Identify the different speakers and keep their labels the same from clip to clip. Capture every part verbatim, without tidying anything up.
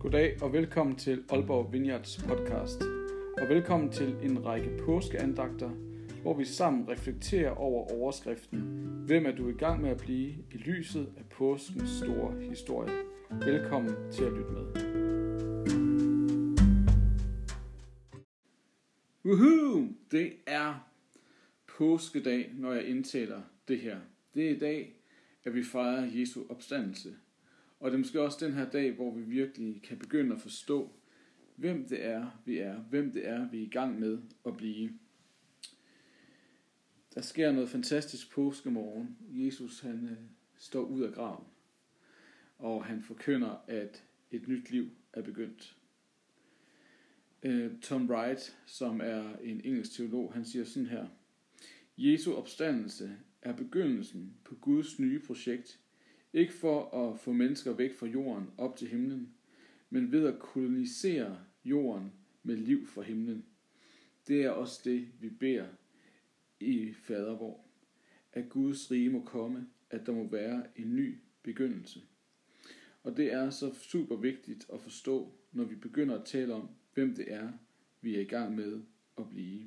Speaker 1: Goddag og velkommen til Aalborg Vineyards podcast. Og velkommen til en række påskeandagter, hvor vi sammen reflekterer over overskriften: Hvem er du i gang med at blive i lyset af påskens store historie? Velkommen til at lytte med. Woohoo! Det er påskedag, når jeg indtaler det her. Det er i dag, at vi fejrer Jesu opstandelse. Og det er måske også den her dag, hvor vi virkelig kan begynde at forstå, hvem det er, vi er. Hvem det er, vi er i gang med at blive. Der sker noget fantastisk påskemorgen. Jesus han øh, står ud af graven. Og han forkynder, at et nyt liv er begyndt. Øh, Tom Wright, som er en engelsk teolog, han siger sådan her: Jesu opstandelse er begyndelsen på Guds nye projekt. Ikke for at få mennesker væk fra jorden op til himlen, men ved at kolonisere jorden med liv fra himlen. Det er også det, vi beder i fadervor. At Guds rige må komme, at der må være en ny begyndelse. Og det er så super vigtigt at forstå, når vi begynder at tale om, hvem det er, vi er i gang med at blive.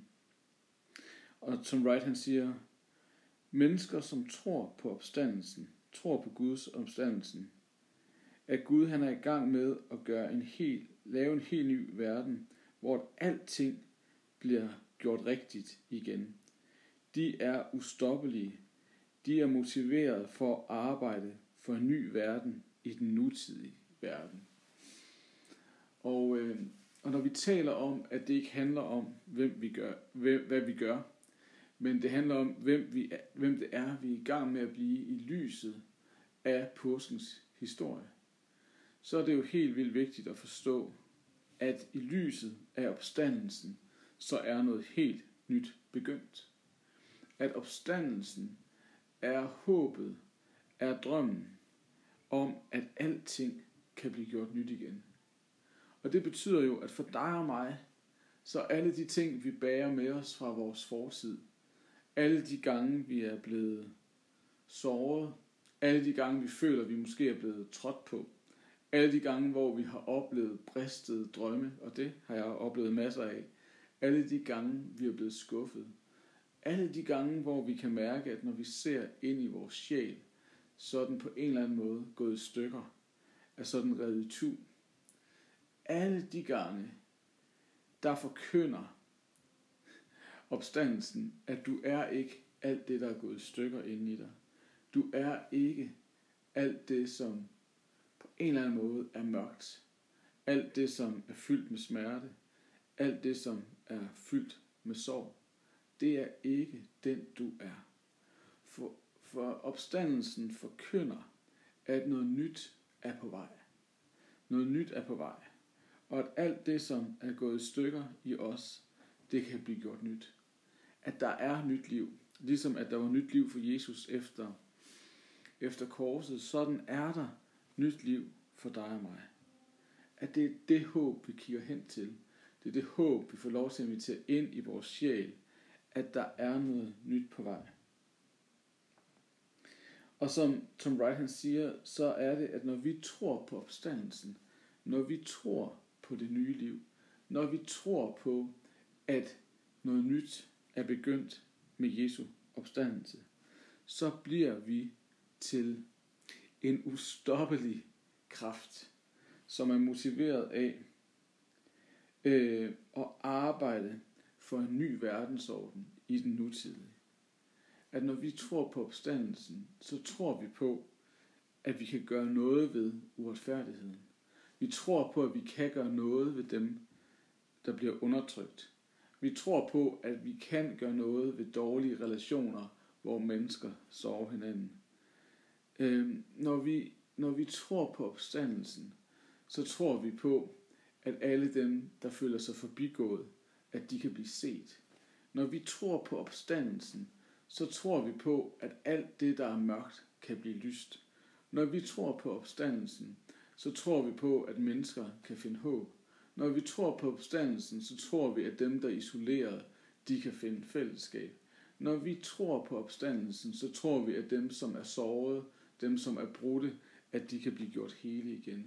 Speaker 1: Og Tom Wright han siger, mennesker som tror på opstandelsen, tror på Guds opstandelsen, at Gud han er i gang med at gøre en helt, lave en helt ny verden, hvor alting bliver gjort rigtigt igen. De er ustoppelige. De er motiveret for at arbejde for en ny verden i den nutidige verden. Og, øh, og når vi taler om, at det ikke handler om, hvem vi gør, hvem, hvad vi gør, men det handler om, hvem, vi er, hvem det er, vi er i gang med at blive i lyset af påskens historie, så er det jo helt vildt vigtigt at forstå, at i lyset af opstandelsen, så er noget helt nyt begyndt. At opstandelsen er håbet, er drømmen om, at alting kan blive gjort nyt igen. Og det betyder jo, at for dig og mig, så alle de ting, vi bærer med os fra vores fortid, alle de gange, vi er blevet såret, alle de gange, vi føler, vi måske er blevet trådt på, alle de gange, hvor vi har oplevet bristede drømme, og det har jeg oplevet masser af, alle de gange, vi er blevet skuffet, alle de gange, hvor vi kan mærke, at når vi ser ind i vores sjæl, så er den på en eller anden måde gået i stykker, er så den revet i tu. Alle de gange, der forkynder opstandelsen, at du er ikke alt det, der er gået i stykker inde i dig. Du er ikke alt det, som på en eller anden måde er mørkt. Alt det, som er fyldt med smerte. Alt det, som er fyldt med sorg. Det er ikke den, du er. For, for opstandelsen forkynder, at noget nyt er på vej. Noget nyt er på vej. Og at alt det, som er gået i stykker i os, det kan blive gjort nyt. At der er nyt liv. Ligesom at der var nyt liv for Jesus efter, efter korset. Sådan er der nyt liv for dig og mig. At det er det håb, vi kigger hen til. Det er det håb, vi får lov til at invitere ind i vores sjæl. At der er noget nyt på vej. Og som Tom Wright han siger, så er det, at når vi tror på opstandelsen, når vi tror på det nye liv, når vi tror på, at noget nyt er begyndt med Jesu opstandelse, så bliver vi til en ustoppelig kraft, som er motiveret af øh, at arbejde for en ny verdensorden i den nutidige. At når vi tror på opstandelsen, så tror vi på, at vi kan gøre noget ved uretfærdigheden. Vi tror på, at vi kan gøre noget ved dem, der bliver undertrykt. Vi tror på, at vi kan gøre noget ved dårlige relationer, hvor mennesker sover hinanden. Øhm, når, vi, når vi tror på opstandelsen, så tror vi på, at alle dem, der føler sig forbigået, at de kan blive set. Når vi tror på opstandelsen, så tror vi på, at alt det, der er mørkt, kan blive lyst. Når vi tror på opstandelsen, så tror vi på, at mennesker kan finde håb. Når vi tror på opstandelsen, så tror vi, at dem, der er isoleret, de kan finde fællesskab. Når vi tror på opstandelsen, så tror vi, at dem, som er såret, dem, som er brudte, at de kan blive gjort hele igen.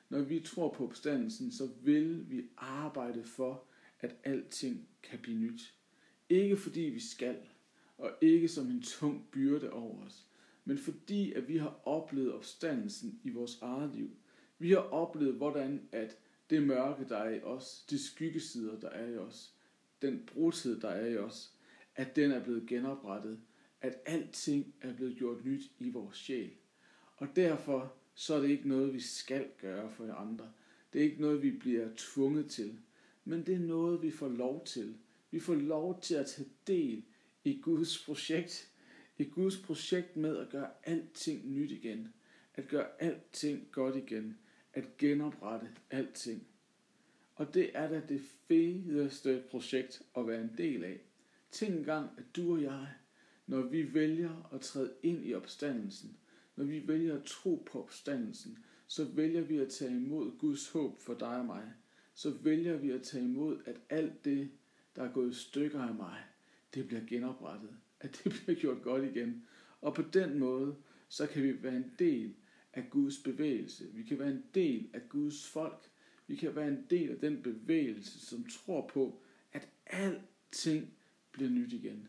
Speaker 1: Når vi tror på opstandelsen, så vil vi arbejde for, at alting kan blive nyt. Ikke fordi vi skal, og ikke som en tung byrde over os, men fordi at vi har oplevet opstandelsen i vores eget liv. Vi har oplevet, hvordan at det mørke, der er i os, de skyggesider, der er i os, den brudhed, der er i os, at den er blevet genoprettet, at alting er blevet gjort nyt i vores sjæl. Og derfor så er det ikke noget, vi skal gøre for andre. Det er ikke noget, vi bliver tvunget til, men det er noget, vi får lov til. Vi får lov til at tage del i Guds projekt, i Guds projekt med at gøre alting nyt igen, at gøre alting godt igen, at genoprette alting. Og det er da det fedeste projekt at være en del af. Tænk engang, at du og jeg, når vi vælger at træde ind i opstandelsen, når vi vælger at tro på opstandelsen, så vælger vi at tage imod Guds håb for dig og mig. Så vælger vi at tage imod, at alt det, der er gået i stykker af mig, det bliver genoprettet. At det bliver gjort godt igen. Og på den måde, så kan vi være en del af Guds bevægelse. Vi kan være en del af Guds folk. Vi kan være en del af den bevægelse, som tror på, at alting bliver nyt igen.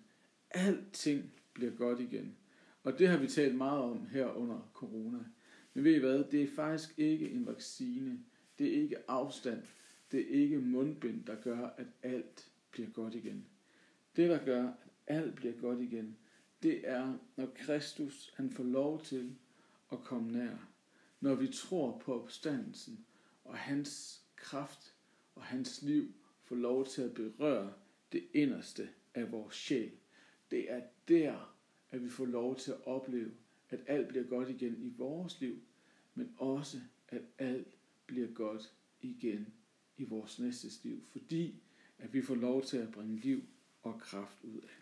Speaker 1: Alting bliver godt igen. Og det har vi talt meget om her under corona. Men ved I hvad? Det er faktisk ikke en vaccine. Det er ikke afstand. Det er ikke mundbind, der gør, at alt bliver godt igen. Det, der gør, at alt bliver godt igen, det er, når Kristus han får lov til at komme nær. Når vi tror på opstandelsen, og hans kraft og hans liv får lov til at berøre det inderste af vores sjæl. Det er der, at vi får lov til at opleve, at alt bliver godt igen i vores liv, men også, at alt bliver godt igen i vores næstes liv, fordi at vi får lov til at bringe liv og kraft ud af det.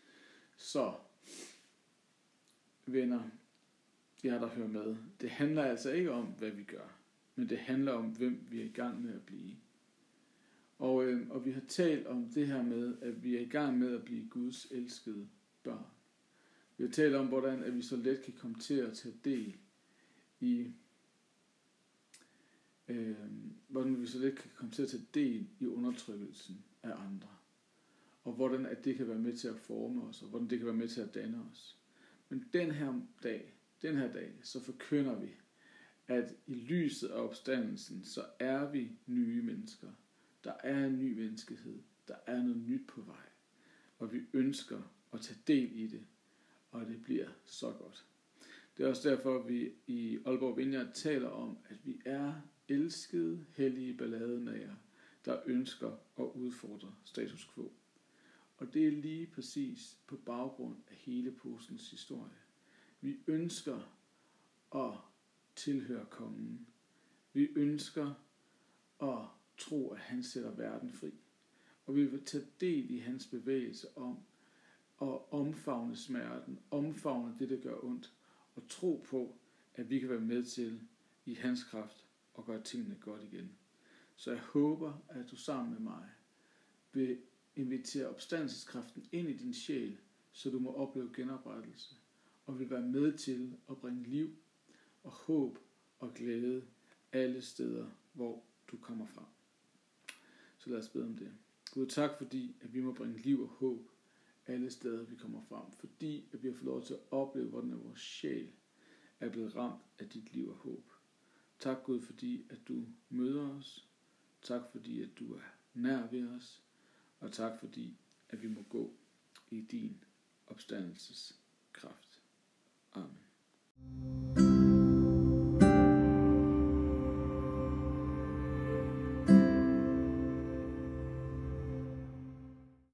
Speaker 1: Så, venner, jer der hører med, det handler altså ikke om, hvad vi gør, men det handler om, hvem vi er i gang med at blive. Og, øh, og vi har talt om det her med, at vi er i gang med at blive Guds elskede børn. Vi har talt om, hvordan at vi så let kan komme til at tage del i, øh, hvordan vi så let kan komme til at tage del i undertrykkelsen af andre. Og hvordan at det kan være med til at forme os, og hvordan det kan være med til at danne os. Men den her dag, den her dag, så forkynder vi, at i lyset af opstandelsen, så er vi nye mennesker. Der er en ny menneskehed. Der er noget nyt på vej. Og vi ønsker at tage del i det. Og det bliver så godt. Det er også derfor, at vi i Aalborg Vineyard taler om, at vi er elskede, hellige balladenære, der ønsker at udfordre status quo. Og det er lige præcis på baggrund af hele påskens historie. Vi ønsker at tilhøre kongen. Vi ønsker at tro, at han sætter verden fri. Og vi vil tage del i hans bevægelse om at omfavne smerten, omfavne det, der gør ondt, og tro på, at vi kan være med til i hans kraft at gøre tingene godt igen. Så jeg håber, at du sammen med mig vil invitere opstandelseskraften ind i din sjæl, så du må opleve genoprettelse, og vil være med til at bringe liv og håb og glæde alle steder, hvor du kommer fra. Så lad os bede om det. Gud, tak fordi, at vi må bringe liv og håb alle steder, vi kommer frem. Fordi, at vi har fået lov til at opleve, hvordan vores sjæl er blevet ramt af dit liv og håb. Tak Gud, fordi, at du møder os. Tak fordi, at du er nær ved os. Og tak fordi, at vi må gå i din opstandelseskraft.